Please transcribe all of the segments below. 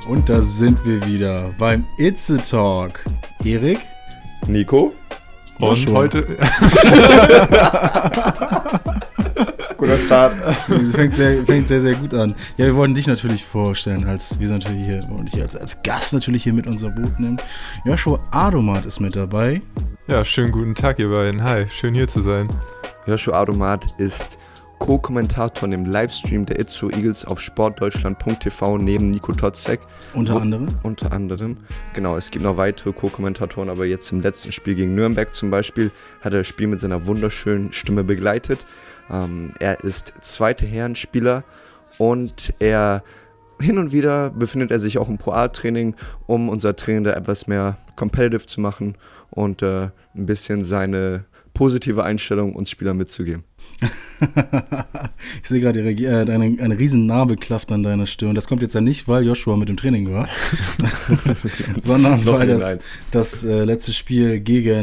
Und da sind wir wieder beim Itze Talk. Erik, Nico und heute. Guter Start. Das fängt sehr, sehr gut an. Ja, wir wollten dich natürlich vorstellen, wollen dich als Gast natürlich hier mit unser Boot nehmen. Joshua Adomat ist mit dabei. Ja, schönen guten Tag, ihr beiden. Hi, schön hier zu sein. Joshua Adomat ist Co-Kommentator im Livestream der Itzo Eagles auf sportdeutschland.tv neben Nico Totzek. Unter anderem? Unter anderem. Genau, es gibt noch weitere Co-Kommentatoren, aber jetzt im letzten Spiel gegen Nürnberg zum Beispiel hat er das Spiel mit seiner wunderschönen Stimme begleitet. Er ist zweite Herrenspieler und hin und wieder befindet er sich auch im Pro-A-Training, um unser Training da etwas mehr competitive zu machen und ein bisschen seine positive Einstellung uns Spielern mitzugeben. Ich sehe gerade, eine riesen Narbe klafft an deiner Stirn. Das kommt jetzt ja nicht, weil Joshua mit dem Training war, sondern weil das letzte Spiel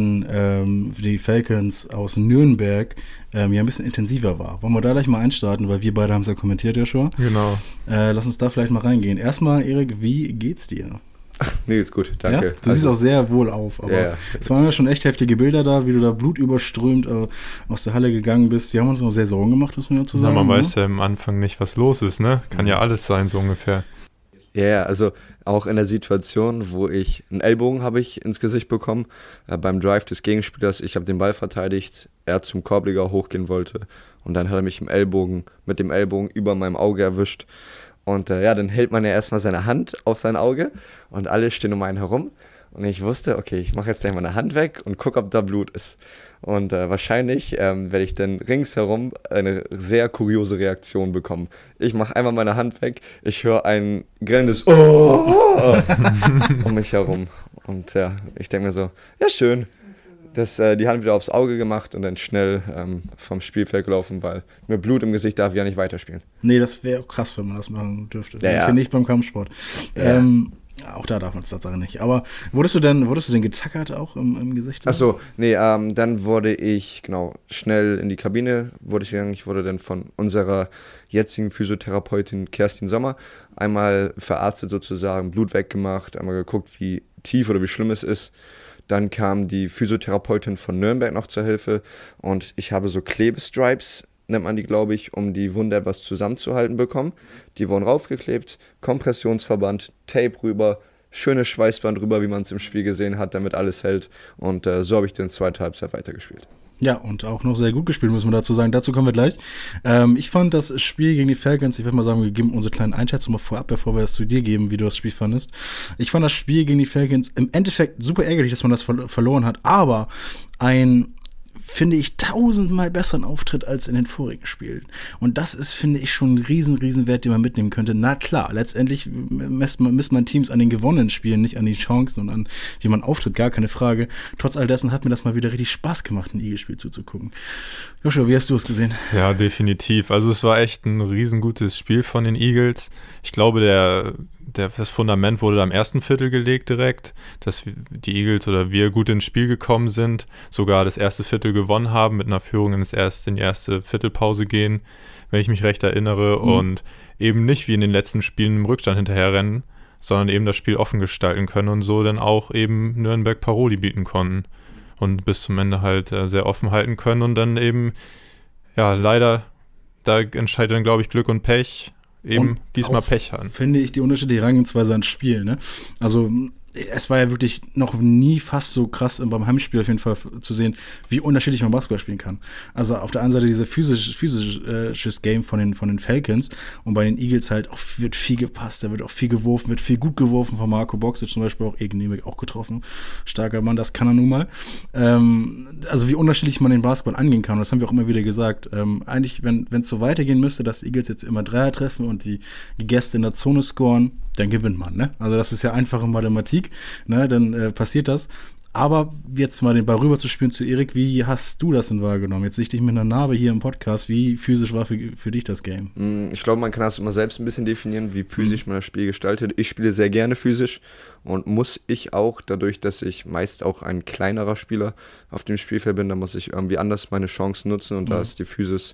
gegen die Falcons aus Nürnberg ja ein bisschen intensiver war. Wollen wir da gleich mal einstarten, weil wir beide haben es ja kommentiert, Joshua. Genau. Lass uns da vielleicht mal reingehen. Erstmal, Erik, wie geht's dir? Mir geht's gut, danke. Ja? Du siehst auch sehr wohl auf, aber es waren ja schon echt heftige Bilder da, wie du da blutüberströmt aus der Halle gegangen bist. Wir haben uns noch sehr Sorgen gemacht, muss man dazu sagen. Man weiß ja am Anfang nicht, was los ist, ne? Kann ja alles sein, so ungefähr. Ja, also auch in der Situation, wo einen Ellbogen habe ich ins Gesicht bekommen, beim Drive des Gegenspielers, ich habe den Ball verteidigt, er zum Korbleger hochgehen wollte und dann hat er mich mit dem Ellbogen über meinem Auge erwischt. Und dann hält man ja erstmal seine Hand auf sein Auge und alle stehen um einen herum. Und ich wusste, okay, ich mache jetzt gleich meine Hand weg und gucke, ob da Blut ist. Und wahrscheinlich werde ich dann ringsherum eine sehr kuriose Reaktion bekommen. Ich mache einmal meine Hand weg, ich höre ein gellendes Oh um mich herum. Und ja, ich denke mir so, ja schön. Die Hand wieder aufs Auge gemacht und dann schnell vom Spielfeld gelaufen, weil mit Blut im Gesicht darf ich ja nicht weiterspielen. Nee, das wäre auch krass, wenn man das machen dürfte. Ja. Nicht beim Kampfsport. Ja. Auch da darf man es tatsächlich nicht. Aber wurdest du denn getackert auch im Gesicht? Achso, nee, dann wurde ich, schnell in die Kabine gegangen. Ich wurde dann von unserer jetzigen Physiotherapeutin Kerstin Sommer einmal verarztet sozusagen, Blut weggemacht, einmal geguckt, wie tief oder wie schlimm es ist. Dann kam die Physiotherapeutin von Nürnberg noch zur Hilfe und ich habe so Klebestripes, nennt man die, glaube ich, um die Wunde etwas zusammenzuhalten bekommen. Die wurden raufgeklebt, Kompressionsverband, Tape rüber, schönes Schweißband rüber, wie man es im Spiel gesehen hat, damit alles hält. Und so habe ich dann zweite Halbzeit weitergespielt. Ja, und auch noch sehr gut gespielt, müssen wir dazu sagen. Dazu kommen wir gleich. Ich fand das Spiel gegen die Falcons, ich würde mal sagen, wir geben unsere kleinen Einschätzungen mal vorab, bevor wir das zu dir geben, wie du das Spiel fandest. Ich fand das Spiel gegen die Falcons im Endeffekt super ärgerlich, dass man das verloren hat, aber finde ich, 1000-mal besseren Auftritt als in den vorigen Spielen. Und das ist, finde ich, schon ein riesen Wert, den man mitnehmen könnte. Na klar, letztendlich misst man Teams an den gewonnenen Spielen, nicht an die Chancen und an, wie man auftritt, gar keine Frage. Trotz all dessen hat mir das mal wieder richtig Spaß gemacht, ein Eagles-Spiel zuzugucken. Joshua, wie hast du es gesehen? Ja, definitiv. Also es war echt ein riesengutes Spiel von den Eagles. Ich glaube, das Fundament wurde am ersten Viertel gelegt direkt, dass die Eagles oder wir gut ins Spiel gekommen sind, sogar das erste Viertel gewonnen haben, mit einer Führung in die erste Viertelpause gehen, wenn ich mich recht erinnere, und eben nicht wie in den letzten Spielen im Rückstand hinterherrennen, sondern eben das Spiel offen gestalten können und so dann auch eben Nürnberg Paroli bieten konnten und bis zum Ende halt sehr offen halten können und dann eben, ja, leider, da entscheidet dann, glaube ich, Glück und Pech, eben und diesmal Pech haben. Finde ich die unterschiedliche Herangehensweise ans Spiel, ne? Also es war ja wirklich noch nie fast so krass beim Heimspiel auf jeden Fall zu sehen, wie unterschiedlich man Basketball spielen kann. Also auf der einen Seite dieses physisches Game von den Falcons und bei den Eagles halt auch wird viel gepasst, da wird auch viel geworfen, wird viel gut geworfen von Marco Boxic zum Beispiel, auch Egen Nemec auch getroffen. Starker Mann, das kann er nun mal. Also wie unterschiedlich man den Basketball angehen kann, und das haben wir auch immer wieder gesagt. Eigentlich, wenn es so weitergehen müsste, dass die Eagles jetzt immer Dreier treffen und die Gäste in der Zone scoren, dann gewinnt man, ne? Also das ist ja einfache Mathematik, ne? Dann passiert das. Aber jetzt mal den Ball rüber zu spielen zu Erik, wie hast du das denn wahrgenommen? Jetzt sehe ich dich mit einer Narbe hier im Podcast. Wie physisch war für dich das Game? Ich glaube, man kann das immer selbst ein bisschen definieren, wie physisch man das Spiel gestaltet. Ich spiele sehr gerne physisch und muss ich auch, dadurch, dass ich meist auch ein kleinerer Spieler auf dem Spielfeld bin, da muss ich irgendwie anders meine Chancen nutzen und da ist die Physis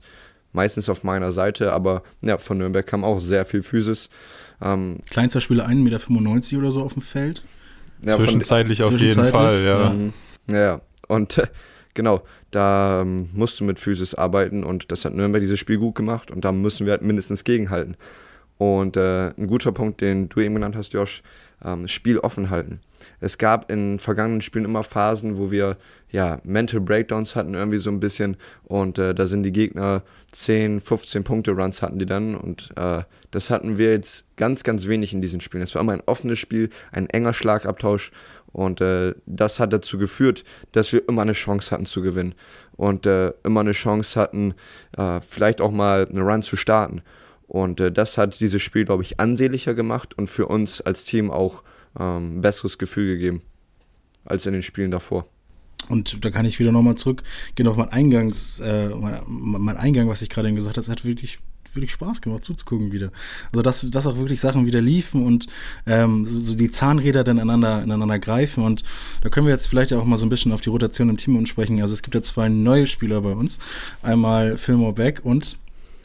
meistens auf meiner Seite, aber ja, von Nürnberg kam auch sehr viel Physis. Kleinster Spieler 1,95 Meter oder so auf dem Feld. Ja, zwischenzeitlich auf jeden Fall, ja. Ja, und genau, da musst du mit Physis arbeiten und das hat Nürnberg dieses Spiel gut gemacht und da müssen wir halt mindestens gegenhalten. Und ein guter Punkt, den du eben genannt hast, Josh, Spiel offen halten. Es gab in vergangenen Spielen immer Phasen, wo wir Mental Breakdowns hatten irgendwie so ein bisschen und da sind die Gegner 10, 15 Punkte Runs hatten die dann und das hatten wir jetzt ganz, ganz wenig in diesen Spielen. Es war immer ein offenes Spiel, ein enger Schlagabtausch und das hat dazu geführt, dass wir immer eine Chance hatten zu gewinnen und immer eine Chance hatten, vielleicht auch mal eine Run zu starten. Und das hat dieses Spiel, glaube ich, ansehnlicher gemacht und für uns als Team auch ein besseres Gefühl gegeben als in den Spielen davor. Und da kann ich wieder nochmal zurückgehen auf mein Eingang, was ich gerade eben gesagt habe. Es hat wirklich Spaß gemacht zuzugucken wieder. Also dass auch wirklich Sachen wieder liefen und so die Zahnräder dann ineinander greifen. Und da können wir jetzt vielleicht auch mal so ein bisschen auf die Rotation im Team sprechen. Also es gibt ja 2 neue Spieler bei uns. Einmal Fillmore Beck und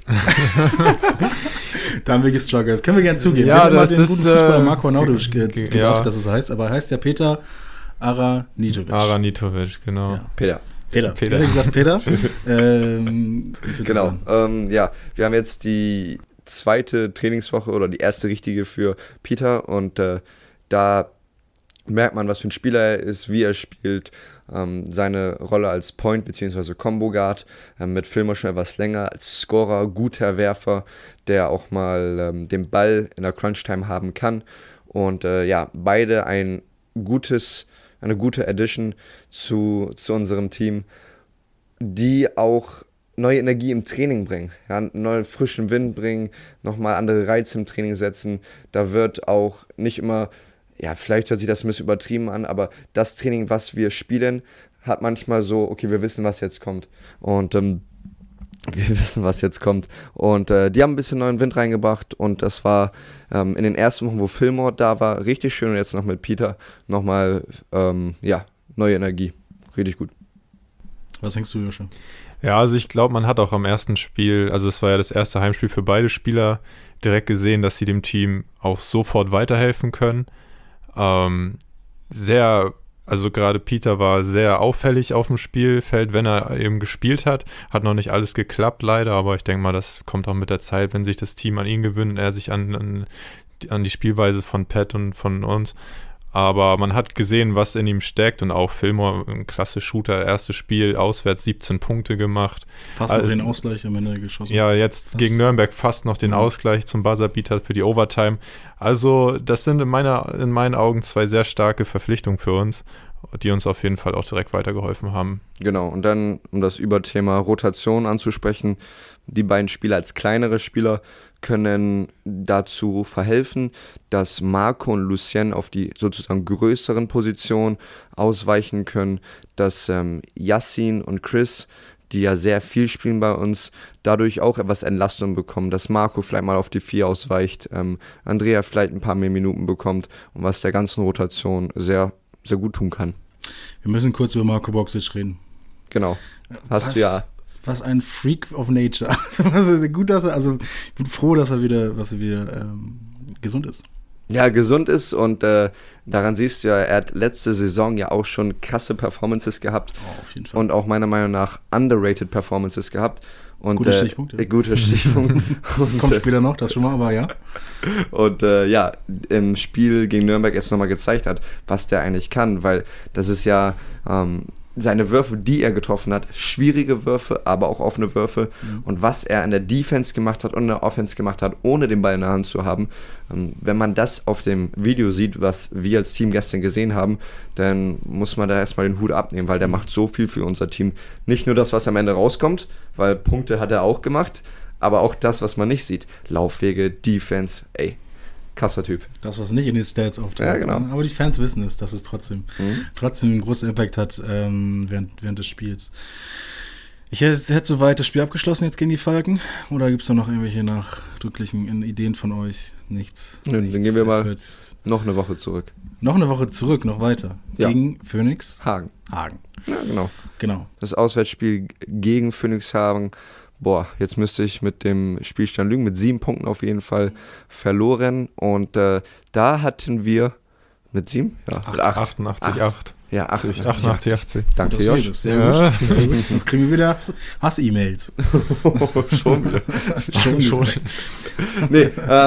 da haben wir gestruggelt. Das können wir gerne zugeben. Ja, wir haben das den ist guten Fußballer Marko Arnautovic gedacht, dass es heißt, aber er heißt ja Peter Aranitovic. Aranitovic, genau. Ja. Peter. Wie gesagt, Peter. Genau. Wir haben jetzt die 2. Trainingswoche oder die erste richtige für Peter und da merkt man, was für ein Spieler er ist, wie er spielt, seine Rolle als Point- bzw. Combo-Guard, mit Fillmore schon etwas länger, als Scorer, guter Werfer, der auch mal den Ball in der Crunch-Time haben kann. Und beide eine gute Addition zu unserem Team, die auch neue Energie im Training bringen, neuen frischen Wind bringen, nochmal andere Reize im Training setzen. Da wird auch nicht immer, vielleicht hört sich das ein bisschen übertrieben an, aber das Training, was wir spielen, hat manchmal so, okay, wir wissen, was jetzt kommt. Und die haben ein bisschen neuen Wind reingebracht und das war in den ersten Wochen, wo Fillmore da war, richtig schön und jetzt noch mit Peter nochmal, neue Energie. Richtig gut. Was denkst du, Joscha? Ja, also ich glaube, man hat auch am ersten Spiel, also es war ja das erste Heimspiel für beide Spieler, direkt gesehen, dass sie dem Team auch sofort weiterhelfen können. Also gerade Peter war sehr auffällig auf dem Spielfeld, wenn er eben gespielt hat. Hat noch nicht alles geklappt, leider, aber ich denke mal, das kommt auch mit der Zeit, wenn sich das Team an ihn gewöhnt und er sich an die Spielweise von Pat und von uns. Aber man hat gesehen, was in ihm steckt und auch Fillmore, ein klasse Shooter, erstes Spiel, auswärts 17 Punkte gemacht. Fast noch den Ausgleich am Ende geschossen. Ja, jetzt gegen Nürnberg fast noch den Ausgleich zum Buzzerbeater für die Overtime. Also das sind in meinen Augen 2 sehr starke Verpflichtungen für uns, die uns auf jeden Fall auch direkt weitergeholfen haben. Genau, und dann, um das Überthema Rotation anzusprechen, die beiden Spieler als kleinere Spieler können dazu verhelfen, dass Marco und Lucien auf die sozusagen größeren Positionen ausweichen können, dass Yassin und Chris, die ja sehr viel spielen bei uns, dadurch auch etwas Entlastung bekommen, dass Marco vielleicht mal auf die 4 ausweicht, Andrea vielleicht ein paar mehr Minuten bekommt und was der ganzen Rotation sehr, sehr gut tun kann. Wir müssen kurz über Marco Boksic reden. Genau. Was ein Freak of Nature. Also gut, ich bin froh, dass er wieder gesund ist. Ja, gesund ist und daran siehst du ja, er hat letzte Saison ja auch schon krasse Performances gehabt. Oh, auf jeden Fall. Und auch meiner Meinung nach underrated Performances gehabt. Und, guter Stichpunkt. Ja. Guter Stichpunkt. Kommt später noch, das schon mal, aber ja. Und im Spiel gegen Nürnberg erst nochmal gezeigt hat, was der eigentlich kann, weil das ist ja seine Würfe, die er getroffen hat, schwierige Würfe, aber auch offene Würfe. Und was er in der Defense gemacht hat und in der Offense gemacht hat, ohne den Ball in der Hand zu haben, wenn man das auf dem Video sieht, was wir als Team gestern gesehen haben, dann muss man da erstmal den Hut abnehmen, weil der macht so viel für unser Team. Nicht nur das, was am Ende rauskommt, weil Punkte hat er auch gemacht, aber auch das, was man nicht sieht. Laufwege, Defense, krasser Typ. Das, was nicht in den Stats auftaucht. Ja, genau. Aber die Fans wissen es, dass es trotzdem einen großen Impact hat während des Spiels. Ich hätte soweit das Spiel abgeschlossen jetzt gegen die Falken. Oder gibt es da noch irgendwelche nachdrücklichen Ideen von euch? Nichts. Dann gehen wir mal noch eine Woche zurück. Noch eine Woche zurück, noch weiter. Ja. Gegen Phoenix Hagen. Ja, genau. Das Auswärtsspiel gegen Phoenix Hagen. jetzt müsste ich mit dem Spielstand lügen, mit 7 Punkten auf jeden Fall verloren. Und da hatten wir mit 7? Ja, 88, 8. Ja, 88, 80. Danke, Josh. Sehr gut. Jetzt kriegen wir wieder Hass-E-Mails. Schon wieder. Schon. Nee,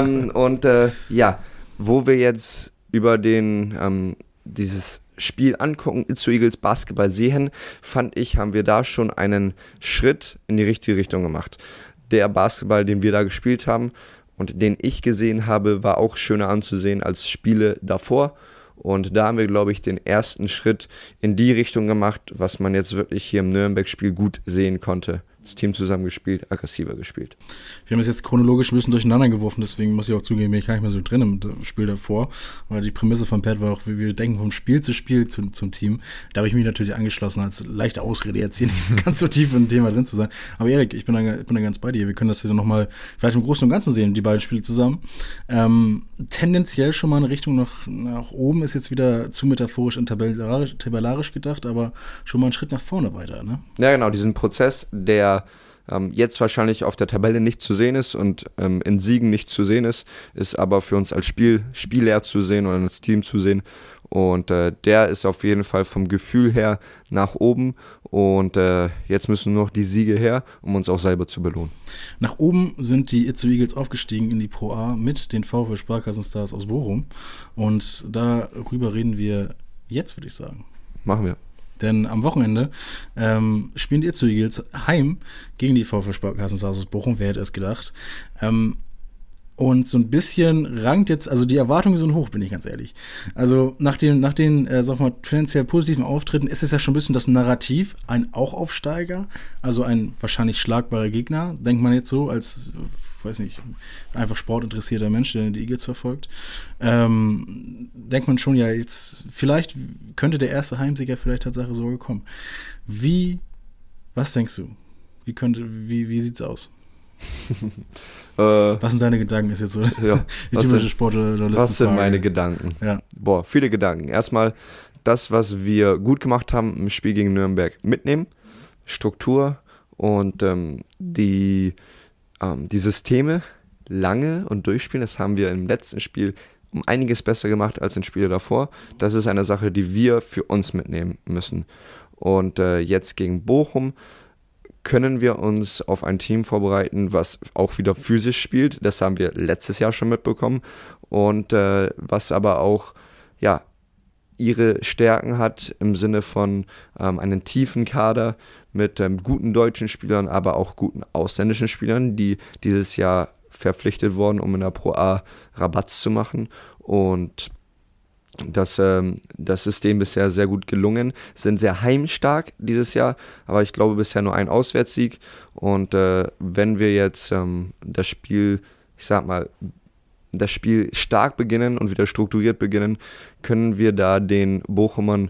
wo wir jetzt über dieses Spiel angucken, Itzu Eagles Basketball sehen, fand ich, haben wir da schon einen Schritt in die richtige Richtung gemacht. Der Basketball, den wir da gespielt haben und den ich gesehen habe, war auch schöner anzusehen als Spiele davor. Und da haben wir, glaube ich, den ersten Schritt in die Richtung gemacht, was man jetzt wirklich hier im Nürnberg-Spiel gut sehen konnte. Das Team zusammengespielt, aggressiver gespielt. Wir haben das jetzt chronologisch ein bisschen durcheinander geworfen, deswegen muss ich auch zugeben, bin ich gar nicht mehr so drin im Spiel davor, weil die Prämisse von Pat war auch, wie wir denken vom Spiel zu Spiel zum Team. Da habe ich mich natürlich angeschlossen, als leichte Ausrede jetzt hier nicht ganz so tief in dem Thema drin zu sein. Aber Erik, ich bin da ganz bei dir. Wir können das hier nochmal vielleicht im Großen und Ganzen sehen, die beiden Spiele zusammen. Tendenziell schon mal eine Richtung nach oben, ist jetzt wieder zu metaphorisch und tabellarisch gedacht, aber schon mal einen Schritt nach vorne weiter, ne? Ja, genau, diesen Prozess, der jetzt wahrscheinlich auf der Tabelle nicht zu sehen ist und in Siegen nicht zu sehen ist aber für uns als Spieler zu sehen oder als Team zu sehen. Und der ist auf jeden Fall vom Gefühl her nach oben. Und jetzt müssen nur noch die Siege her, um uns auch selber zu belohnen. Nach oben sind die Itzu Eagles aufgestiegen in die Pro A mit den VfL Sparkassenstars aus Bochum. Und darüber reden wir jetzt, würde ich sagen. Machen wir. Denn am Wochenende spielen die Itzu Eagles heim gegen die VfL Sparkassenstars aus Bochum. Wer hätte es gedacht? Und so ein bisschen rankt jetzt, also die Erwartungen sind hoch, bin ich ganz ehrlich. Also nach den sag mal, tendenziell positiven Auftritten ist es ja schon ein bisschen das Narrativ, ein Auch-Aufsteiger, also ein wahrscheinlich schlagbarer Gegner, denkt man jetzt so, als, weiß nicht, einfach sportinteressierter Mensch, der die Eagles verfolgt. Denkt man schon, ja, jetzt, vielleicht könnte der erste Heimsieger vielleicht Tatsache sogar kommen. Was denkst du? Wie sieht's aus? Was sind deine Gedanken? Ist jetzt so die typische Sportjournalistenfrage. Was sind meine Gedanken? Ja. Viele Gedanken. Erstmal das, was wir gut gemacht haben im Spiel gegen Nürnberg mitnehmen. Struktur und die Systeme lange und durchspielen. Das haben wir im letzten Spiel um einiges besser gemacht als in Spiele davor. Das ist eine Sache, die wir für uns mitnehmen müssen. Und jetzt gegen Bochum können wir uns auf ein Team vorbereiten, was auch wieder physisch spielt. Das haben wir letztes Jahr schon mitbekommen. Und was aber auch ihre Stärken hat im Sinne von einem tiefen Kader mit guten deutschen Spielern, aber auch guten ausländischen Spielern, die dieses Jahr verpflichtet wurden, um in der Pro A Rabatz zu machen. Und das ist denen bisher sehr gut gelungen, sind sehr heimstark dieses Jahr, aber ich glaube bisher nur ein Auswärtssieg. Und wenn wir jetzt das Spiel stark beginnen und wieder strukturiert beginnen, können wir da den Bochumern,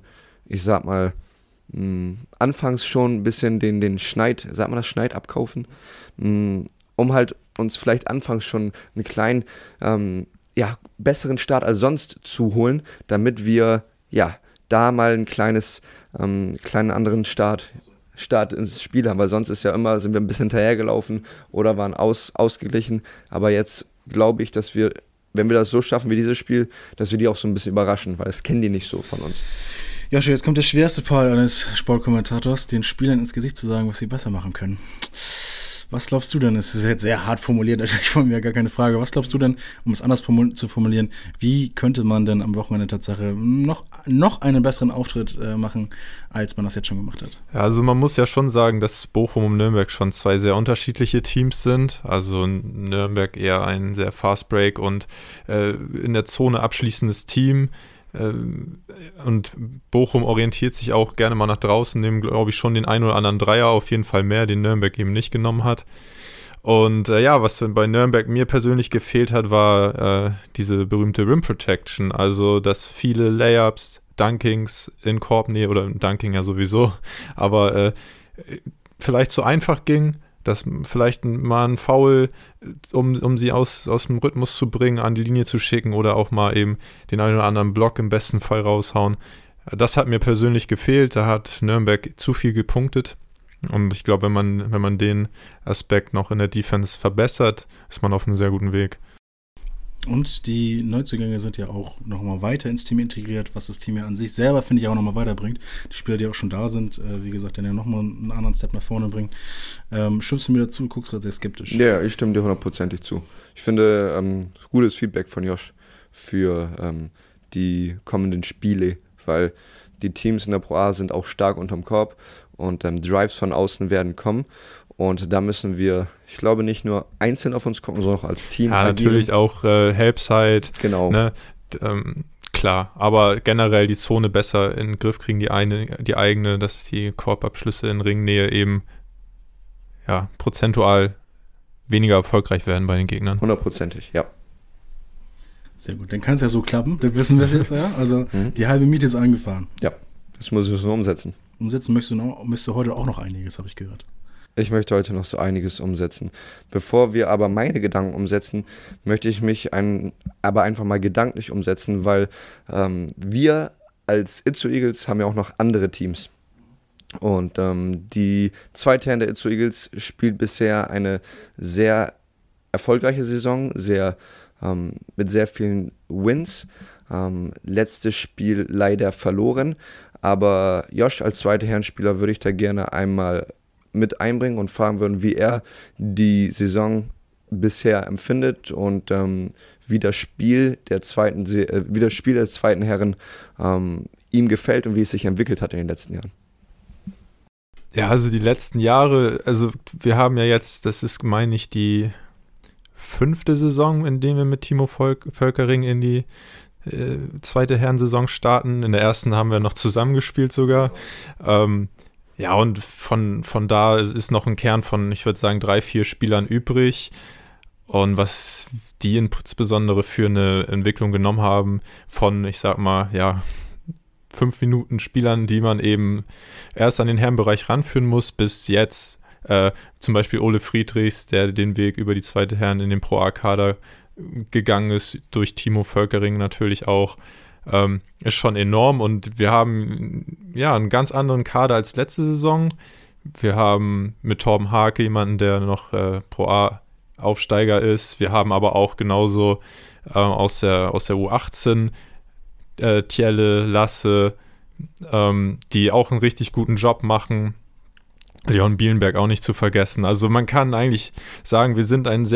anfangs schon ein bisschen den Schneid, Schneid abkaufen, um halt uns vielleicht anfangs schon einen kleinen besseren Start als sonst zu holen, damit wir da mal einen kleinen anderen Start ins Spiel haben, weil sonst sind wir ein bisschen hinterhergelaufen oder waren ausgeglichen, aber jetzt glaube ich, dass wir, wenn wir das so schaffen wie dieses Spiel, dass wir die auch so ein bisschen überraschen, weil das kennen die nicht so von uns. Joshua, jetzt kommt der schwerste Part eines Sportkommentators, den Spielern ins Gesicht zu sagen, was sie besser machen können. Was glaubst du denn? Es ist jetzt sehr hart formuliert, natürlich von mir gar keine Frage. Was glaubst du denn, um es anders zu formulieren, wie könnte man denn am Wochenende Tatsache noch einen besseren Auftritt machen, als man das jetzt schon gemacht hat? Ja, also man muss ja schon sagen, dass Bochum und Nürnberg schon zwei sehr unterschiedliche Teams sind. Also Nürnberg eher ein sehr Fast Break und in der Zone abschließendes Team. Und Bochum orientiert sich auch gerne mal nach draußen, nehmen, glaube ich, schon den einen oder anderen Dreier, auf jeden Fall mehr, den Nürnberg eben nicht genommen hat. Und was bei Nürnberg mir persönlich gefehlt hat, war diese berühmte Rim Protection, also dass viele Layups, Dunkings in Korbnähe oder Dunking ja sowieso, aber vielleicht zu einfach ging, dass vielleicht mal ein Foul, um sie aus dem Rhythmus zu bringen, an die Linie zu schicken oder auch mal eben den einen oder anderen Block im besten Fall raushauen. Das hat mir persönlich gefehlt, da hat Nürnberg zu viel gepunktet. Und ich glaube, wenn man den Aspekt noch in der Defense verbessert, ist man auf einem sehr guten Weg. Und die Neuzugänge sind ja auch nochmal weiter ins Team integriert, was das Team ja an sich selber, finde ich, auch nochmal weiterbringt. Die Spieler, die auch schon da sind, wie gesagt, dann ja nochmal einen anderen Step nach vorne bringen. Stimmst du mir dazu? Du guckst gerade sehr skeptisch. Ja, ich stimme dir 100%ig zu. Ich finde, gutes Feedback von Josh für die kommenden Spiele, weil die Teams in der Pro A sind auch stark unterm Korb und Drives von außen werden kommen. Und da müssen wir, ich glaube, nicht nur einzeln auf uns gucken, sondern auch als Team. Ja, natürlich auch Helpside. Genau. Ne? Klar, aber generell die Zone besser in den Griff kriegen, die eigene, dass die Korbabschlüsse in Ringnähe eben prozentual weniger erfolgreich werden bei den Gegnern. 100%ig, ja. Sehr gut, dann kann es ja so klappen, dann wissen wir es jetzt, ja. Also die halbe Miete ist eingefahren. Ja, das müssen wir nur umsetzen. Umsetzen müsst du heute auch noch einiges, habe ich gehört. Ich möchte heute noch so einiges umsetzen. Bevor wir aber meine Gedanken umsetzen, möchte ich mich aber einfach mal gedanklich umsetzen, weil wir als Itzu Eagles haben ja auch noch andere Teams. Und die zweite Herren der Itzu Eagles spielt bisher eine sehr erfolgreiche Saison, mit sehr vielen Wins. Letztes Spiel leider verloren, aber Josh als zweite Herrenspieler würde ich da gerne einmal mit einbringen und fragen würden, wie er die Saison bisher empfindet und wie das Spiel der zweiten Herren ihm gefällt und wie es sich entwickelt hat in den letzten Jahren. Ja, also die letzten Jahre, also wir haben ja jetzt, das ist, meine ich, die 5. Saison, in der wir mit Timo Völkering in die zweite Herrensaison starten. In der ersten haben wir noch zusammengespielt sogar. Ja, und von da ist noch ein Kern von, ich würde sagen, 3-4 Spielern übrig. Und was die insbesondere für eine Entwicklung genommen haben von, ich sag mal, 5 Minuten Spielern, die man eben erst an den Herrenbereich ranführen muss, bis jetzt zum Beispiel Ole Friedrichs, der den Weg über die zweite Herren in den Pro-A-Kader gegangen ist, durch Timo Völkering natürlich auch, ist schon enorm. Und wir haben einen ganz anderen Kader als letzte Saison. Wir haben mit Torben Hake jemanden, der noch Pro-A-Aufsteiger ist. Wir haben aber auch genauso aus der U18 Tjelle, Lasse, die auch einen richtig guten Job machen. Leon Bielenberg auch nicht zu vergessen. Also man kann eigentlich sagen, wir sind ein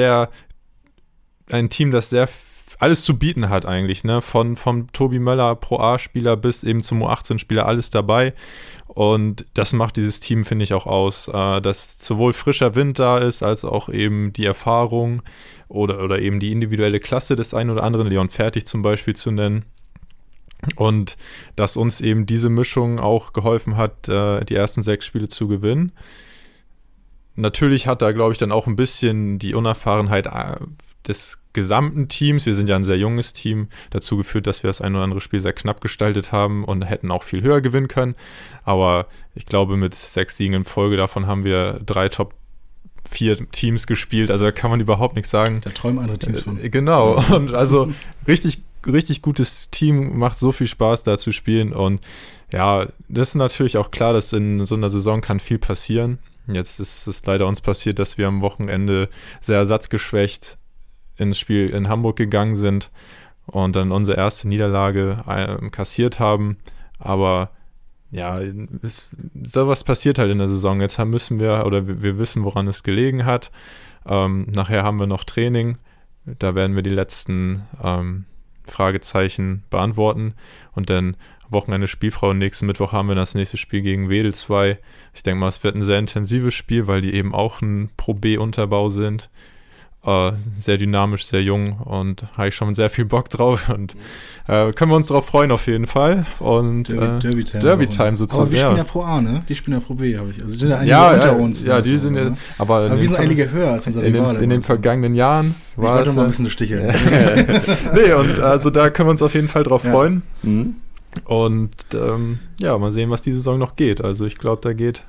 Team, das sehr alles zu bieten hat eigentlich, ne? Vom Tobi Möller Pro-A-Spieler bis eben zum U18-Spieler, alles dabei. Und das macht dieses Team, finde ich, auch aus, dass sowohl frischer Wind da ist, als auch eben die Erfahrung oder eben die individuelle Klasse des einen oder anderen, Leon Fertig zum Beispiel zu nennen. Und dass uns eben diese Mischung auch geholfen hat, die ersten 6 Spiele zu gewinnen. Natürlich hat da, glaube ich, dann auch ein bisschen die Unerfahrenheit des gesamten Teams, wir sind ja ein sehr junges Team, dazu geführt, dass wir das ein oder andere Spiel sehr knapp gestaltet haben und hätten auch viel höher gewinnen können. Aber ich glaube, mit 6 Siegen in Folge, davon haben wir 3 Top 4 Teams gespielt. Also da kann man überhaupt nichts sagen. Da träumen andere Teams von. Genau. Und also richtig gutes Team, macht so viel Spaß, da zu spielen. Und ja, das ist natürlich auch klar, dass in so einer Saison kann viel passieren. Jetzt ist es leider uns passiert, dass wir am Wochenende sehr ersatzgeschwächt ins Spiel in Hamburg gegangen sind und dann unsere erste Niederlage kassiert haben. Aber ja, sowas passiert halt in der Saison. Jetzt müssen wir wissen, woran es gelegen hat. Nachher haben wir noch Training. Da werden wir die letzten Fragezeichen beantworten. Und dann Wochenende Spielfrau und nächsten Mittwoch haben wir das nächste Spiel gegen Wedel 2. Ich denke mal, es wird ein sehr intensives Spiel, weil die eben auch ein Pro-B-Unterbau sind. Sehr dynamisch, sehr jung und habe ich schon sehr viel Bock drauf und können wir uns darauf freuen auf jeden Fall. Und Derby-Time sozusagen. Aber wir spielen ja Pro A, ne? Die spielen ja Pro B, habe ich. Also die sind ja einige unter uns. Ja, die sind ja, aber wir sind einige höher als unser Rivale. In den vergangenen Jahren war es mal ein bisschen Stiche. Nee, und also da können wir uns auf jeden Fall drauf freuen. Und mal sehen, was die Saison noch geht. Also ich glaube, da geht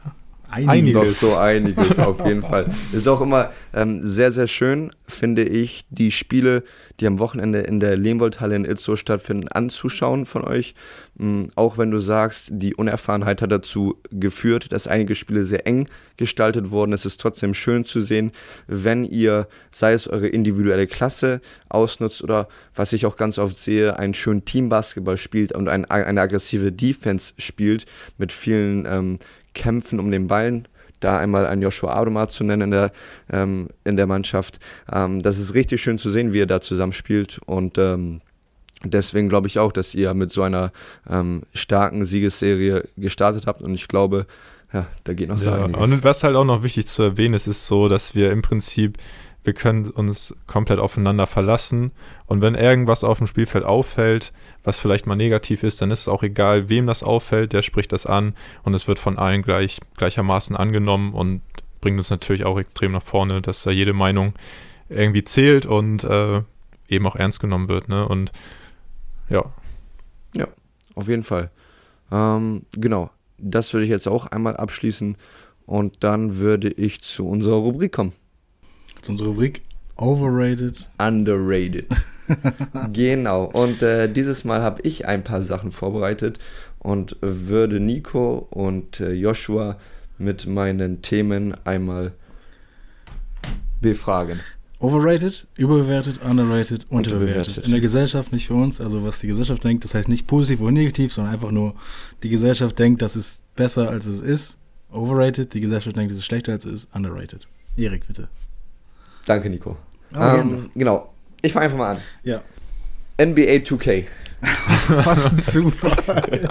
Noch so einiges auf jeden Fall. Ist auch immer sehr, sehr schön, finde ich, die Spiele, die am Wochenende in der Lehmwoldhalle in Itzehoe stattfinden, anzuschauen von euch. Auch wenn du sagst, die Unerfahrenheit hat dazu geführt, dass einige Spiele sehr eng gestaltet wurden. Es ist trotzdem schön zu sehen, wenn ihr, sei es eure individuelle Klasse ausnutzt oder, was ich auch ganz oft sehe, einen schönen Teambasketball spielt und eine aggressive Defense spielt mit vielen Kämpfen um den Ball. Da einmal einen Joshua Adomar zu nennen in der Mannschaft. Das ist richtig schön zu sehen, wie ihr da zusammenspielt und deswegen glaube ich auch, dass ihr mit so einer starken Siegesserie gestartet habt und ich glaube, ja, da geht noch so einiges. Und was halt auch noch wichtig zu erwähnen ist, ist so, dass wir im Prinzip, wir können uns komplett aufeinander verlassen und wenn irgendwas auf dem Spielfeld auffällt, was vielleicht mal negativ ist, dann ist es auch egal, wem das auffällt, der spricht das an und es wird von allen gleichermaßen angenommen und bringt uns natürlich auch extrem nach vorne, dass da jede Meinung irgendwie zählt und eben auch ernst genommen wird, ne? Und ja. Ja, auf jeden Fall. Genau, das würde ich jetzt auch einmal abschließen und dann würde ich zu unserer Rubrik kommen. Zu unserer Rubrik Overrated. Underrated. Genau, und dieses Mal habe ich ein paar Sachen vorbereitet und würde Nico und Joshua mit meinen Themen einmal befragen. Overrated, überbewertet, underrated, unterbewertet. In der Gesellschaft nicht für uns, also was die Gesellschaft denkt, das heißt nicht positiv oder negativ, sondern einfach nur, die Gesellschaft denkt, das ist besser als es ist. Overrated, die Gesellschaft denkt, es ist schlechter als es ist. Underrated. Erik, bitte. Danke, Nico. Genau, ich fange einfach mal an. Ja. NBA 2K. Was ein Zufall.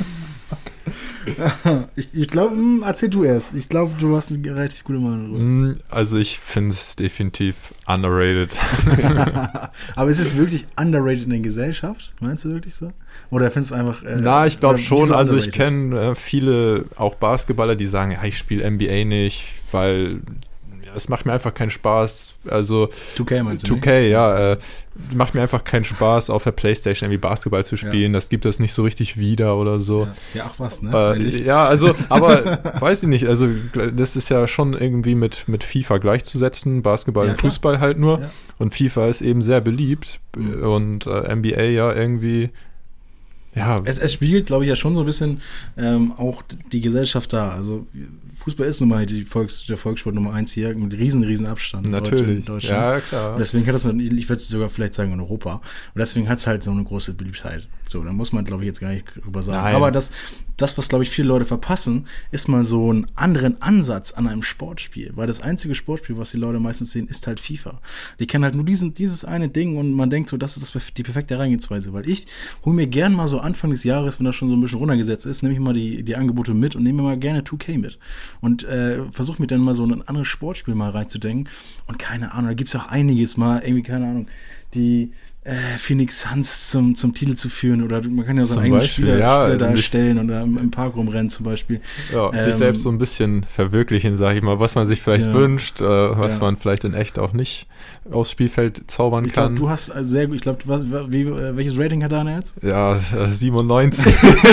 Ich glaube, erzähl du erst. Ich glaube, du hast eine relativ gute Meinung. Also ich finde es definitiv underrated. Aber ist es wirklich underrated in der Gesellschaft? Meinst du wirklich so? Oder findest du einfach... Na, ich glaube schon. So also ich kenne viele, auch Basketballer, die sagen, ja, ich spiele NBA nicht, weil... Es macht mir einfach keinen Spaß, also 2K meinst du? 2K, ja, macht mir einfach keinen Spaß, auf der Playstation irgendwie Basketball zu spielen, das gibt es nicht so richtig wieder oder so. Ja, ach was, ne? Ja, also, aber weiß ich nicht, also das ist ja schon irgendwie mit FIFA gleichzusetzen, Basketball und Fußball halt nur und FIFA ist eben sehr beliebt und NBA ja irgendwie... Ja. Es spiegelt, glaube ich, ja schon so ein bisschen auch die Gesellschaft da. Also Fußball ist nun mal der Volkssport Nummer 1 hier mit riesen Abstand. Natürlich, in Deutschland. ja klar. Und deswegen hat das, ich würde sogar vielleicht sagen in Europa, und deswegen hat es halt so eine große Beliebtheit. So, da muss man, glaube ich, jetzt gar nicht drüber sagen. Nein. Aber das, was, glaube ich, viele Leute verpassen, ist mal so einen anderen Ansatz an einem Sportspiel. Weil das einzige Sportspiel, was die Leute meistens sehen, ist halt FIFA. Die kennen halt nur dieses eine Ding und man denkt so, das ist die perfekte Herangehensweise. Weil ich hole mir gern mal so Anfang des Jahres, wenn das schon so ein bisschen runtergesetzt ist, nehme ich mal die Angebote mit und nehme mir mal gerne 2K mit. Und versuche mir dann mal so ein anderes Sportspiel mal reinzudenken. Und keine Ahnung, da gibt es auch einiges mal, irgendwie, keine Ahnung, die Phoenix Suns zum Titel zu führen oder man kann ja so einen eigenen Spieler da erstellen oder im Park rumrennen zum Beispiel. Ja, sich selbst so ein bisschen verwirklichen, sage ich mal, was man sich vielleicht wünscht, was man vielleicht in echt auch nicht aufs Spielfeld zaubern kann. Du hast sehr gut, welches Rating hat Dana jetzt? Ja, 97.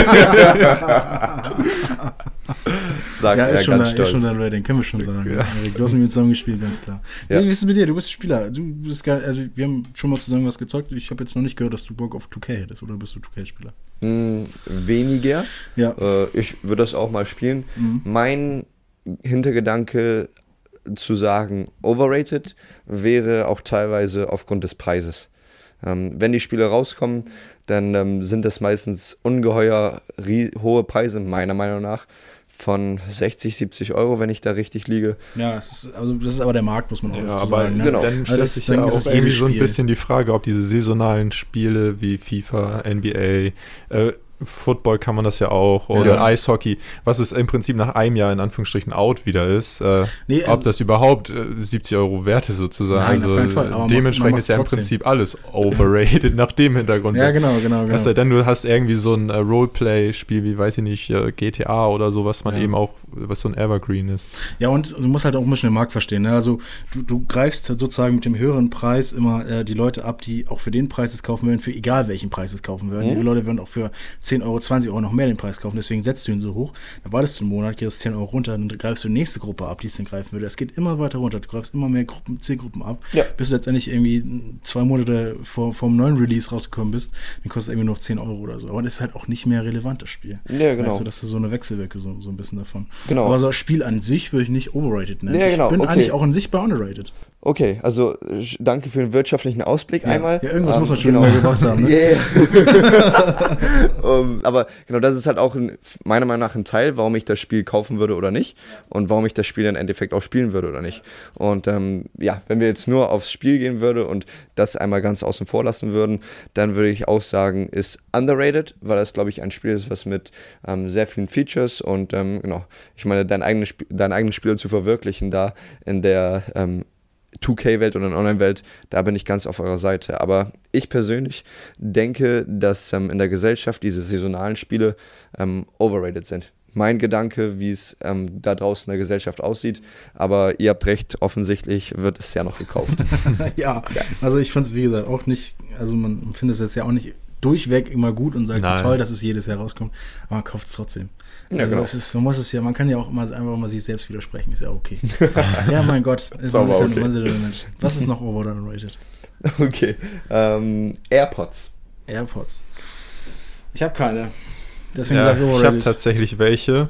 Sagt ist schon dein Rating, können wir schon sagen. Ja. Du hast mit mir zusammen gespielt, ganz klar. Ja. Wie ist es mit dir? Du bist Spieler. Also wir haben schon mal zusammen was gezockt. Ich habe jetzt noch nicht gehört, dass du Bock auf 2K hättest, oder bist du 2K-Spieler? Weniger. Ja. Ich würde das auch mal spielen. Mein Hintergedanke zu sagen, overrated, wäre auch teilweise aufgrund des Preises. Wenn die Spiele rauskommen, dann sind das meistens ungeheuer hohe Preise, meiner Meinung nach, von 60, 70 Euro, wenn ich da richtig liege. Ja, das ist aber der Markt, muss man auch aber sagen. Ne? Genau. Dann stellt sich ja auch irgendwie so ein bisschen die Frage, ob diese saisonalen Spiele wie FIFA, NBA, Football kann man das ja auch, oder Eishockey, was es im Prinzip nach einem Jahr in Anführungsstrichen out wieder ist, ob das überhaupt 70 Euro wert ist sozusagen. Nein, auf keinen Fall. Aber dementsprechend ist ja im Prinzip alles overrated nach dem Hintergrund. Ja, genau. Was denn, du hast irgendwie so ein Roleplay-Spiel wie, weiß ich nicht, GTA oder so, was man eben auch, was so ein Evergreen ist. Ja, und du musst halt auch ein bisschen den Markt verstehen. Ne? Also du greifst sozusagen mit dem höheren Preis immer die Leute ab, die auch für den Preis es kaufen würden, für egal welchen Preis es kaufen würden. Die Leute würden auch für 10 Euro, 20 Euro noch mehr den Preis kaufen, deswegen setzt du ihn so hoch, dann wartest du einen Monat, gehst 10 Euro runter, dann greifst du die nächste Gruppe ab, die es dann greifen würde. Es geht immer weiter runter, du greifst immer mehr Zielgruppen ab, bis du letztendlich irgendwie 2 Monate vom neuen Release rausgekommen bist, dann kostet es irgendwie noch 10 Euro oder so. Aber das ist halt auch nicht mehr relevant, das Spiel. Ja, genau. Weißt du, das ist so eine Wechselwirkung so ein bisschen davon. Genau. Aber so das Spiel an sich würde ich nicht overrated nennen. Ja, genau. Ich bin eigentlich auch an sich bei underrated. Okay, also danke für den wirtschaftlichen Ausblick einmal. Ja, irgendwas muss man schon mal gemacht haben. Ne? Yeah. Aber genau, das ist halt auch meiner Meinung nach ein Teil, warum ich das Spiel kaufen würde oder nicht und warum ich das Spiel dann im Endeffekt auch spielen würde oder nicht. Und wenn wir jetzt nur aufs Spiel gehen würden und das einmal ganz außen vor lassen würden, dann würde ich auch sagen, ist underrated, weil das, glaube ich, ein Spiel ist, was mit sehr vielen Features und ich meine, dein eigenes Spiel zu verwirklichen da in der 2K-Welt oder in der Online-Welt, da bin ich ganz auf eurer Seite. Aber ich persönlich denke, dass in der Gesellschaft diese saisonalen Spiele overrated sind. Mein Gedanke, wie es da draußen in der Gesellschaft aussieht. Aber ihr habt recht, offensichtlich wird es ja noch gekauft. ja, also ich finde es, wie gesagt, auch nicht, also man findet es jetzt ja auch nicht durchweg immer gut und sagt, wie toll, dass es jedes Jahr rauskommt, aber man kauft es trotzdem. Ja, also genau. Man kann ja auch immer einfach mal sich selbst widersprechen, ist ja okay. ja, mein Gott, ist ja okay. Mensch. Was ist noch over- oder underrated? Okay, AirPods. Ich habe keine. Deswegen sage ich overrated. Ich habe tatsächlich welche.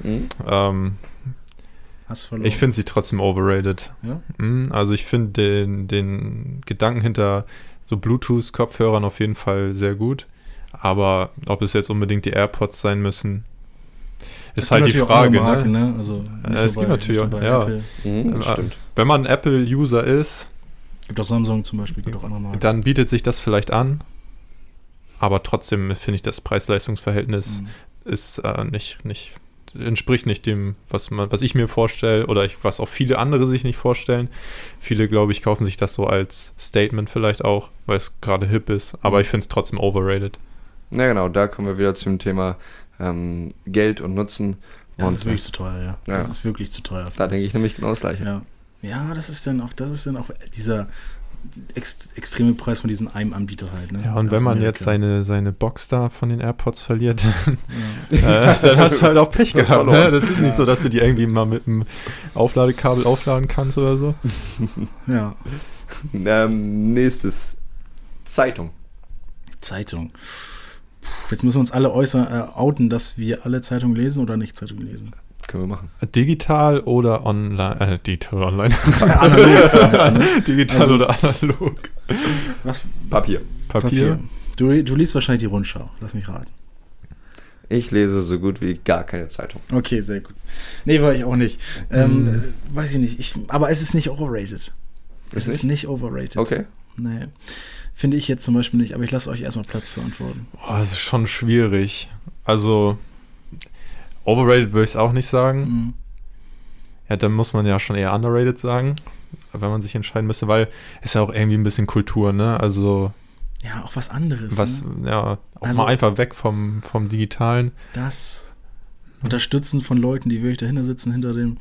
Hast du verloren? Ich finde sie trotzdem overrated. Ja? Also ich finde den Gedanken hinter so Bluetooth-Kopfhörern auf jeden Fall sehr gut. Aber ob es jetzt unbedingt die AirPods sein müssen, ist halt die Frage. Marken, ne? Also es gibt natürlich auch, stimmt. Wenn man Apple-User ist, gibt auch Samsung zum Beispiel, gibt auch andere Marken. Dann bietet sich das vielleicht an. Aber trotzdem finde ich, das Preis-Leistungs-Verhältnis ist entspricht nicht dem, was ich mir vorstelle oder was auch viele andere sich nicht vorstellen. Viele, glaube ich, kaufen sich das so als Statement vielleicht auch, weil es gerade hip ist. Aber ich finde es trotzdem overrated. Na genau, da kommen wir wieder zum Thema Geld und Nutzen. Das ist wirklich zu teuer, ja. Das ist wirklich zu teuer. Da denke ich nämlich genau das Gleiche. Ja, das ist dann auch dieser extreme Preis von diesem einem Anbieter halt. Ne? Ja, und wenn man jetzt seine Box da von den AirPods verliert, dann hast du halt auch Pech gehabt. Ne? Das ist nicht so, dass du die irgendwie mal mit einem Aufladekabel aufladen kannst oder so. Ja. Nächstes. Zeitung. Jetzt müssen wir uns alle outen, dass wir alle Zeitungen lesen oder nicht Zeitungen lesen. Können wir machen. Digital oder online? Digital online. Analog. Digital oder analog? Was? Papier. Du liest wahrscheinlich die Rundschau. Lass mich raten. Ich lese so gut wie gar keine Zeitung. Okay, sehr gut. Nee, war ich auch nicht. Weiß ich nicht. Aber es ist nicht overrated. Es ist nicht overrated. Okay. Nee. Finde ich jetzt zum Beispiel nicht, aber ich lasse euch erstmal Platz zu antworten. Das ist schon schwierig. Also overrated würde ich es auch nicht sagen. Ja, dann muss man ja schon eher underrated sagen, wenn man sich entscheiden müsste, weil es ja auch irgendwie ein bisschen Kultur, ne? Also ja, auch was anderes. Ja, auch mal einfach weg vom Digitalen. Das Unterstützen von Leuten, die wirklich dahinter sitzen, hinter dem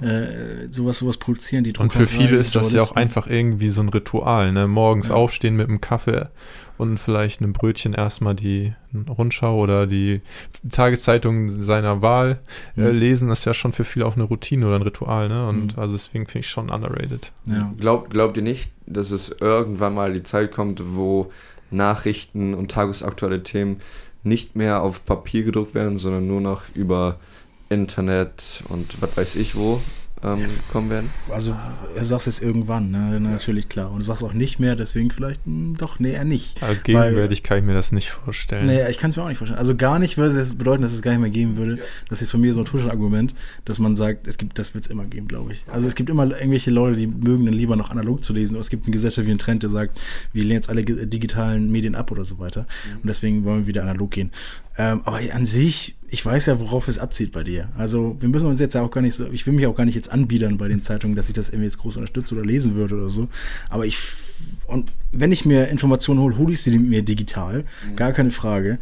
sowas produzieren, die Drucker. Und für viele ist das ja auch einfach irgendwie so ein Ritual, ne? Morgens aufstehen mit einem Kaffee und vielleicht einem Brötchen erstmal die Rundschau oder die Tageszeitung seiner Wahl lesen, das ist ja schon für viele auch eine Routine oder ein Ritual, ne? Und also deswegen finde ich schon underrated. Ja. Glaubt ihr nicht, dass es irgendwann mal die Zeit kommt, wo Nachrichten und tagesaktuelle Themen nicht mehr auf Papier gedruckt werden, sondern nur noch über Internet und was weiß ich wo kommen werden? Also, er sagt es irgendwann, ne? Natürlich, klar. Und du sagst auch nicht mehr, deswegen vielleicht eher nicht. Also gegenwärtig kann ich mir das nicht vorstellen. Nee, ich kann es mir auch nicht vorstellen. Also gar nicht, würde es bedeuten, dass es gar nicht mehr geben würde. Ja. Das ist von mir so ein Tuschel-Argument, dass man sagt, das wird es immer geben, glaube ich. Also es gibt immer irgendwelche Leute, die mögen dann lieber noch analog zu lesen, aber es gibt einen gesellschaftlichen Trend, der sagt, wir lehnen jetzt alle digitalen Medien ab oder so weiter. Und deswegen wollen wir wieder analog gehen. Aber an sich, ich weiß ja, worauf es abzieht bei dir. Also wir müssen uns jetzt ja auch gar nicht so, ich will mich auch gar nicht jetzt anbiedern bei den Zeitungen, dass ich das irgendwie jetzt groß unterstütze oder lesen würde oder so. Aber und wenn ich mir Informationen hole ich sie mir digital, gar keine Frage.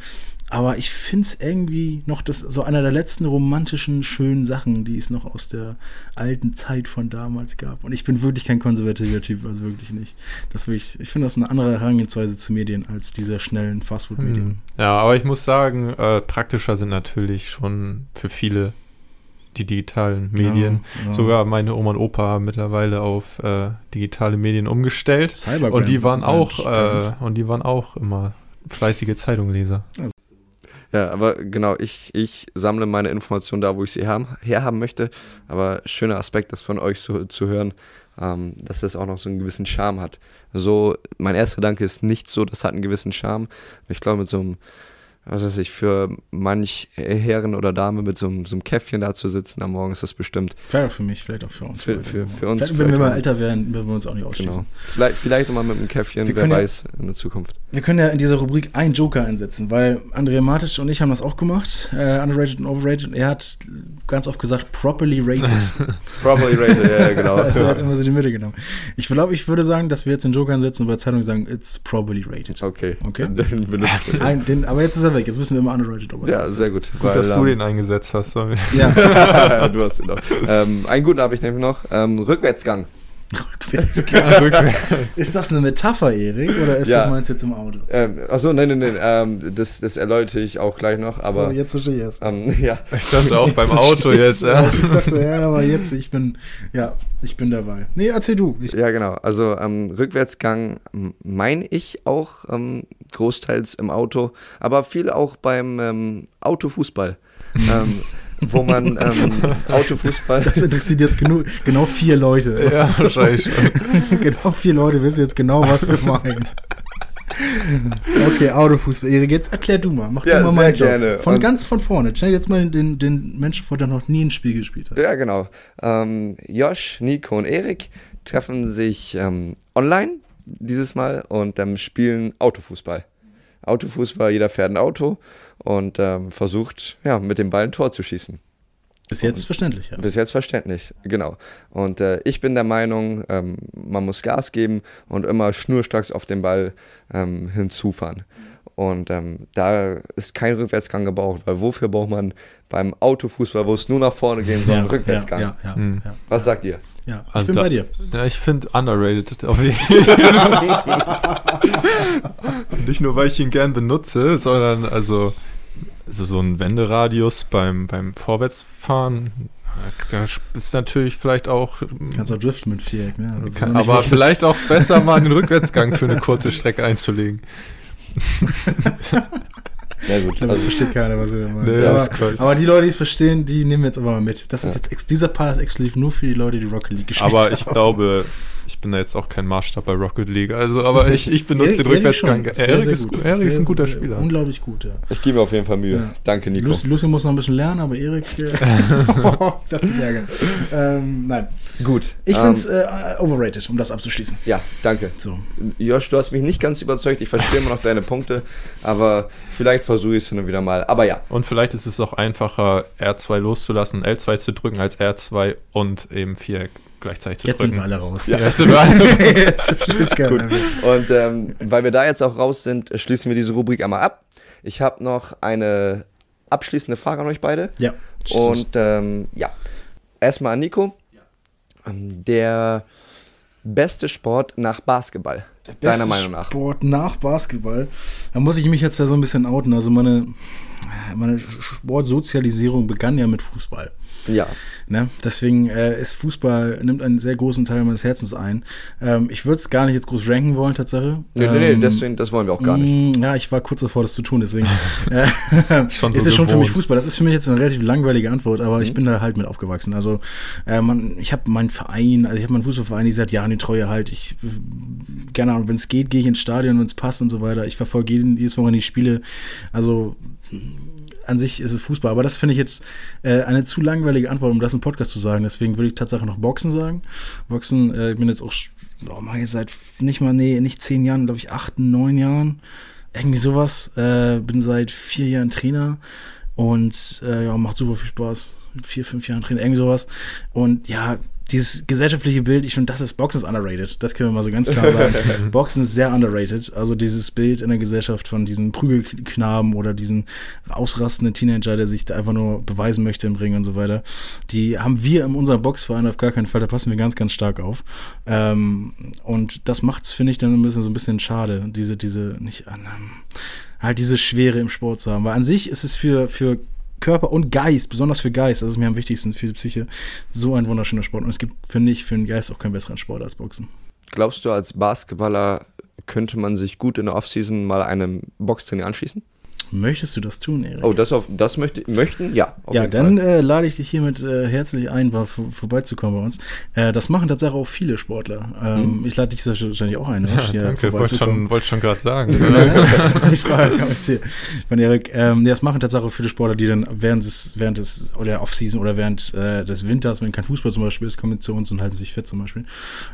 Aber ich finde es irgendwie noch so einer der letzten romantischen, schönen Sachen, die es noch aus der alten Zeit von damals gab. Und ich bin wirklich kein konservativer Typ, also wirklich nicht. Ich finde das eine andere Herangehensweise zu Medien als diese schnellen Fastfood-Medien. Ja, aber ich muss sagen, praktischer sind natürlich schon für viele die digitalen Medien. Ja. Sogar meine Oma und Opa haben mittlerweile auf digitale Medien umgestellt. Und die waren auch immer fleißige Zeitungleser. Ja, aber genau, ich sammle meine Informationen da, wo ich sie herhaben möchte. Aber schöner Aspekt, das von euch zu hören, dass das auch noch so einen gewissen Charme hat. So, mein erster Gedanke ist nicht so, das hat einen gewissen Charme. Ich glaube, mit so einem, was weiß ich, für manch Herren oder Dame mit so einem Käffchen da zu sitzen am Morgen, ist das bestimmt. Vielleicht auch für mich, vielleicht auch für uns. Für uns. Wenn wir mal älter werden, werden wir uns auch nicht ausschließen. Genau. Vielleicht nochmal mit einem Käffchen, wer weiß, in der Zukunft. Wir können ja in dieser Rubrik einen Joker einsetzen, weil Andrea Matic und ich haben das auch gemacht, underrated und overrated. Er hat ganz oft gesagt, properly rated. Properly rated, ja, genau. Also er hat immer so die Mitte genommen. Ich glaube, ich würde sagen, dass wir jetzt den Joker einsetzen und bei Zeitungen sagen, it's properly rated. Okay. Aber jetzt ist er weg, jetzt müssen wir immer underrated overrated. Ja, sehr gut. Gut, dass du den eingesetzt hast. Sorry. Ja. Du hast ihn noch. Einen guten habe ich nämlich noch. Rückwärtsgang. Ist das eine Metapher, Erik? Oder ist das meinst du jetzt im Auto? Achso, nein. Das erläutere ich auch gleich noch. Aber, so, jetzt verstehe ich es. Ja. Ich dachte auch beim Auto jetzt. Ich dachte, aber jetzt, ich bin dabei. Nee, erzähl du. Ja, genau. Also Rückwärtsgang meine ich auch großteils im Auto, aber viel auch beim Autofußball. Wo man Autofußball... Das interessiert jetzt genau 4 Leute. Ja, wahrscheinlich schon. Genau 4 Leute wissen jetzt genau, was wir meinen. Okay, Autofußball. Erik, jetzt erklär du mal. Mach du mal meinen Job. Gerne. Ganz von vorne. Stell jetzt mal den Menschen vor, der noch nie ein Spiel gespielt hat. Ja, genau. Josh, Nico und Erik treffen sich online dieses Mal und spielen Autofußball. Autofußball, jeder fährt ein Auto und versucht, mit dem Ball ein Tor zu schießen. Bis jetzt verständlich, ja. Bis jetzt verständlich, genau. Und ich bin der Meinung, man muss Gas geben und immer schnurstracks auf den Ball hinzufahren. Und da ist kein Rückwärtsgang gebraucht, weil wofür braucht man beim Autofußball, wo es nur nach vorne gehen soll, einen Rückwärtsgang? Ja. Was sagt ihr? Ja, ich bin bei dir. Ja, ich finde underrated auf jeden Fall. Nicht nur, weil ich ihn gern benutze, sondern also so ein Wenderadius beim Vorwärtsfahren, da ist natürlich vielleicht auch... Kannst auch driften mit Viereck, ne? Aber vielleicht auch besser mal einen Rückwärtsgang für eine kurze Strecke einzulegen. Ja gut, das versteht keiner, was wir meinen. Nee, aber die Leute, die es verstehen, die nehmen wir jetzt aber mal mit. Das ist jetzt dieser Part ist exklusiv nur für die Leute, die Rocket League gespielt haben. Aber ich glaube, ich bin da jetzt auch kein Maßstab bei Rocket League. Also, aber ich benutze den Rückwärtsgang. Erik ist ein guter Spieler. Unglaublich gut, ja. Ich gebe mir auf jeden Fall Mühe. Ja. Danke, Nico. Lucy muss noch ein bisschen lernen, aber Erik, das ist ärgern. Nein. Gut. Ich finde es overrated, um das abzuschließen. Ja, danke. So. Josh, du hast mich nicht ganz überzeugt. Ich verstehe immer noch deine Punkte, aber vielleicht versuche ich es hin und wieder mal. Aber ja. Und vielleicht ist es auch einfacher, R2 loszulassen, L2 zu drücken, als R2 und eben Viereck gleichzeitig zu drücken. Jetzt sind wir alle raus. Ja. Jetzt sind wir alle Gut. Und weil wir da jetzt auch raus sind, schließen wir diese Rubrik einmal ab. Ich habe noch eine abschließende Frage an euch beide. Ja. Und erstmal an Nico. Der beste Sport nach Basketball, deiner Meinung nach? Sport nach Basketball? Da muss ich mich jetzt ja so ein bisschen outen. Also meine Sportsozialisierung begann ja mit Fußball. Ja. Ne? Deswegen ist Fußball, nimmt einen sehr großen Teil meines Herzens ein. Ich würde es gar nicht jetzt groß ranken wollen, Tatsache. Nee, deswegen, das wollen wir auch gar nicht. Ja, ich war kurz davor, das zu tun, deswegen schon ist es schon für mich Fußball. Das ist für mich jetzt eine relativ langweilige Antwort, aber ich bin da halt mit aufgewachsen. Also ich habe meinen Verein, also ich habe meinen Fußballverein, die seit Jahren die Treue halt. Keine Ahnung, wenn es geht, gehe ich ins Stadion, wenn es passt und so weiter. Ich verfolge jedes Wochenende die Spiele. Also an sich ist es Fußball, aber das finde ich jetzt eine zu langweilige Antwort, um das im Podcast zu sagen. Deswegen würde ich tatsächlich noch Boxen sagen. Boxen, ich bin jetzt auch mache ich seit nicht 10 Jahren, glaube ich 8, 9 Jahren. Irgendwie sowas. Bin seit 4 Jahren Trainer und macht super viel Spaß. 4, 5 Jahren Trainer, irgendwie sowas. Und ja, dieses gesellschaftliche Bild, ich finde, Boxen ist underrated. Das können wir mal so ganz klar sagen. Boxen ist sehr underrated. Also dieses Bild in der Gesellschaft von diesen Prügelknaben oder diesen ausrastenden Teenager, der sich da einfach nur beweisen möchte im Ring und so weiter, die haben wir in unserem Boxverein auf gar keinen Fall. Da passen wir ganz, ganz stark auf. Und das macht es, finde ich, dann so ein bisschen schade, halt diese Schwere im Sport zu haben. Weil an sich ist es für Körper und Geist, besonders für Geist, das ist mir am wichtigsten, für die Psyche, so ein wunderschöner Sport. Und es gibt, finde ich, für den Geist auch keinen besseren Sport als Boxen. Glaubst du, als Basketballer könnte man sich gut in der Offseason mal einem Boxtraining anschließen? Möchtest du das tun, Erik? Oh, das möchten? Ja. Ja, dann lade ich dich hiermit herzlich ein, vorbeizukommen bei uns. Das machen tatsächlich auch viele Sportler. Ich lade dich wahrscheinlich auch ein, ne? Ja, danke, wollte schon gerade sagen. Die Frage kam jetzt hier von Erik. Das machen tatsächlich auch viele Sportler, die dann während des oder Off-Season oder während des Winters, wenn kein Fußball zum Beispiel ist, kommen zu uns und halten sich fit zum Beispiel.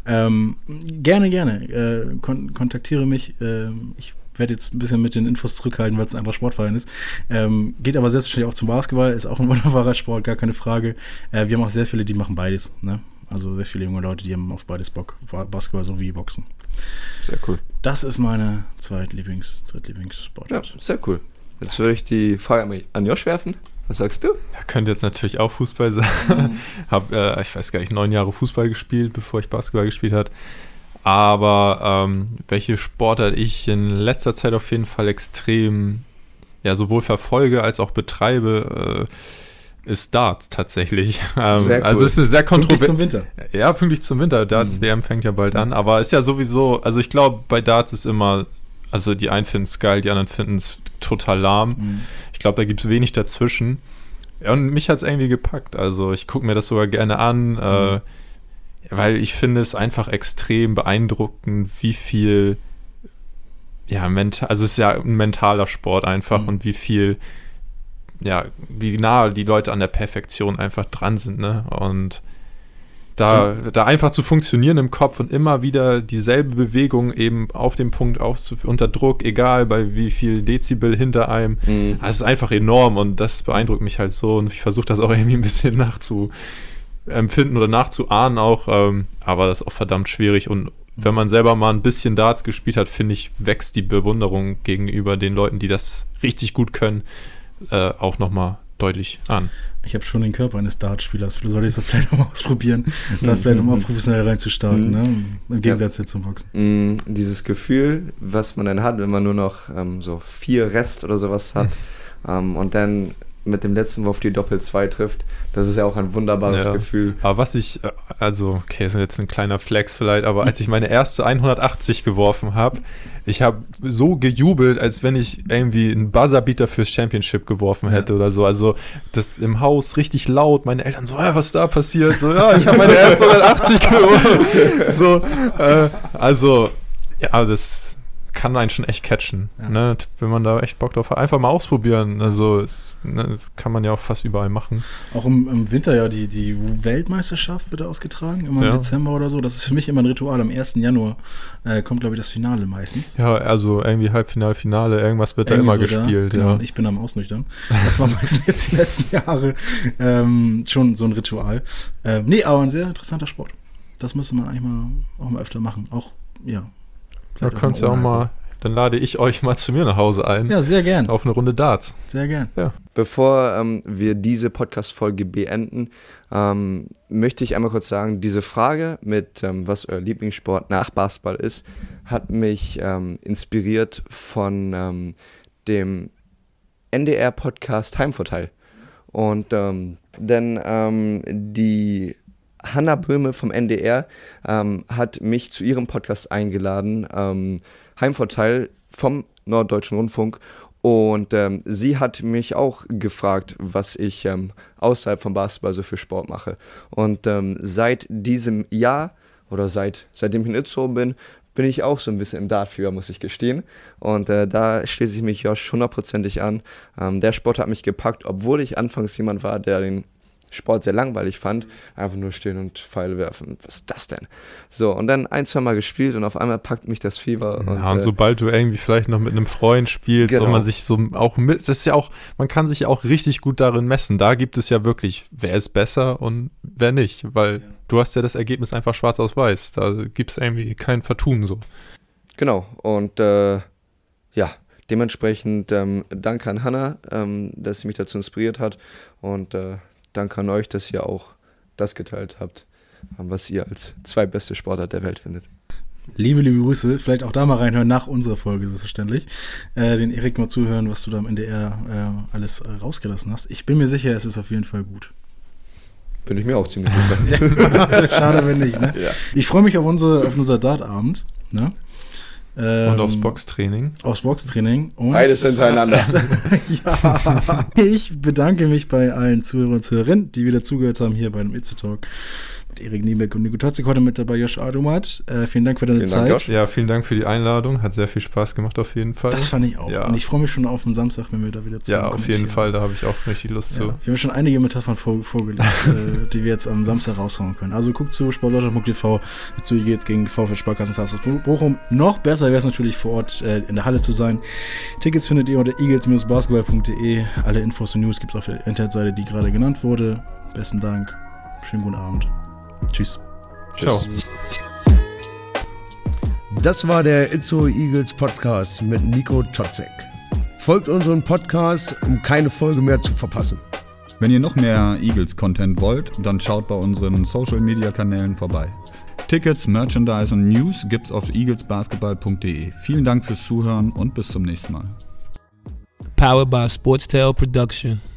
Gerne. Kontaktiere mich. Ich werde jetzt ein bisschen mit den Infos zurückhalten, weil es ein anderer Sportverein ist. Geht aber selbstverständlich auch zum Basketball, ist auch ein wunderbarer Sport, gar keine Frage. Wir haben auch sehr viele, die machen beides. Ne? Also sehr viele junge Leute, die haben auf beides Bock. Basketball sowie Boxen. Sehr cool. Das ist meine Drittlieblingssportart. Ja, sehr cool. Jetzt würde ich die Frage an Josh werfen. Was sagst du? Ja, könnte jetzt natürlich auch Fußball sein. Habe, ich weiß gar nicht, 9 Jahre Fußball gespielt, bevor ich Basketball gespielt habe. Aber welche Sportart ich in letzter Zeit auf jeden Fall extrem sowohl verfolge als auch betreibe, ist Darts tatsächlich. Sehr cool. Also es ist eine sehr Pünktlich zum Winter. Ja, pünktlich zum Winter. Darts WM fängt ja bald an. Aber ist ja sowieso, also ich glaube, bei Darts ist immer, also die einen finden es geil, die anderen finden es total lahm. Ich glaube, da gibt es wenig dazwischen. Ja, und mich hat es irgendwie gepackt. Also ich gucke mir das sogar gerne an, weil ich finde es einfach extrem beeindruckend, wie viel, also es ist ja ein mentaler Sport einfach und wie nah die Leute an der Perfektion einfach dran sind, ne? Und da einfach zu funktionieren im Kopf und immer wieder dieselbe Bewegung eben auf dem Punkt unter Druck, egal bei wie viel Dezibel hinter einem, das ist einfach enorm und das beeindruckt mich halt so und ich versuche das auch irgendwie ein bisschen nachzuempfinden oder nachzuahnen auch, aber das ist auch verdammt schwierig und wenn man selber mal ein bisschen Darts gespielt hat, finde ich, wächst die Bewunderung gegenüber den Leuten, die das richtig gut können, auch nochmal deutlich an. Ich habe schon den Körper eines Dartspielers, soll ich so vielleicht nochmal ausprobieren, da vielleicht nochmal professionell reinzustarten, ne? Im Gegensatz jetzt zum Boxen. Dieses Gefühl, was man dann hat, wenn man nur noch so 4 Rest oder sowas hat und dann mit dem letzten Wurf die Doppel-2 trifft, das ist ja auch ein wunderbares Gefühl. Aber was ich, okay, ist jetzt ein kleiner Flex vielleicht, aber als ich meine erste 180 geworfen habe, ich habe so gejubelt, als wenn ich irgendwie einen Buzzerbeater fürs Championship geworfen hätte oder so. Also das im Haus richtig laut, meine Eltern so, was ist da passiert? So, ich habe meine erste 180 geworfen. So, das kann einen schon echt catchen, ne? Wenn man da echt Bock drauf hat. Einfach mal ausprobieren. Also kann man ja auch fast überall machen. Auch im Winter die Weltmeisterschaft wird ausgetragen, immer im Dezember oder so. Das ist für mich immer ein Ritual. Am 1. Januar kommt, glaube ich, das Finale meistens. Ja, also irgendwie Halbfinale, Finale, irgendwas wird irgendwie da immer so gespielt. Genau, ich bin am Ausnüchtern. Das war meistens jetzt die letzten Jahre schon so ein Ritual. Aber ein sehr interessanter Sport. Das müsste man eigentlich auch mal öfter machen. Auch, Da könnt ihr auch mal, dann lade ich euch mal zu mir nach Hause ein. Ja, sehr gern. Auf eine Runde Darts. Sehr gern. Ja. Bevor wir diese Podcast-Folge beenden, möchte ich einmal kurz sagen, diese Frage mit, was euer Lieblingssport nach Basketball ist, hat mich inspiriert von dem NDR-Podcast Heimvorteil. Und die Hanna Böhme vom NDR hat mich zu ihrem Podcast eingeladen, Heimvorteil vom Norddeutschen Rundfunk. Und sie hat mich auch gefragt, was ich außerhalb vom Basketball so für Sport mache. Und seit diesem Jahr oder seitdem ich in Itzehoe bin ich auch so ein bisschen im Dartfieber, muss ich gestehen. Und da schließe ich mich Josh 100%ig an. Der Sport hat mich gepackt, obwohl ich anfangs jemand war, der den Sport sehr langweilig fand, einfach nur stehen und Pfeile werfen. Was ist das denn? So, und dann 1-2 Mal gespielt und auf einmal packt mich das Fieber. Und sobald du irgendwie vielleicht noch mit einem Freund spielst, genau. und man sich so auch mit, das ist ja auch, man kann sich ja auch richtig gut darin messen. Da gibt es ja wirklich, wer ist besser und wer nicht, weil du hast ja das Ergebnis einfach schwarz auf weiß. Da gibt es irgendwie kein Vertun so. Genau, und dementsprechend danke an Hannah, dass sie mich dazu inspiriert hat und danke an euch, dass ihr auch das geteilt habt, was ihr als zweitbeste Sportart der Welt findet. Liebe Grüße, vielleicht auch da mal reinhören nach unserer Folge, selbstverständlich. Den Erik mal zuhören, was du da am NDR alles rausgelassen hast. Ich bin mir sicher, es ist auf jeden Fall gut. Bin ich mir auch ziemlich sicher. Schade, wenn nicht, ne? Ja. Ich freue mich auf unser Dartabend, ne? Und aufs Boxtraining. Aufs Boxtraining. Und beides hintereinander. Ja, ich bedanke mich bei allen Zuhörern und Zuhörerinnen, die wieder zugehört haben hier bei dem Itze Talk. Mit Erik Niebeck und Nico Totzig, heute mit dabei Josh Adomat. Vielen Dank für deine Zeit. Dank, ja, vielen Dank für die Einladung. Hat sehr viel Spaß gemacht auf jeden Fall. Das fand ich auch. Ja. Und ich freue mich schon auf den Samstag, wenn wir da wieder zusammen Ja, auf jeden Fall. Da habe ich auch richtig Lust zu. Wir haben schon einige Metaphern vorgelegt, die wir jetzt am Samstag raushauen können. Also guckt zu sportdeutschland.tv. Dazu geht's gegen VfL Sparkassen Bochum. Noch besser wäre es natürlich vor Ort in der Halle zu sein. Tickets findet ihr unter eagles-basketball.de. Alle Infos und News gibt es auf der Internetseite, die gerade genannt wurde. Besten Dank. Schönen guten Abend. Tschüss. Ciao. Das war der Itzo Eagles Podcast mit Nico Totzek. Folgt unseren Podcast, um keine Folge mehr zu verpassen. Wenn ihr noch mehr Eagles-Content wollt, dann schaut bei unseren Social-Media-Kanälen vorbei. Tickets, Merchandise und News gibt's auf eaglesbasketball.de. Vielen Dank fürs Zuhören und bis zum nächsten Mal. Powered by Sportstale Production.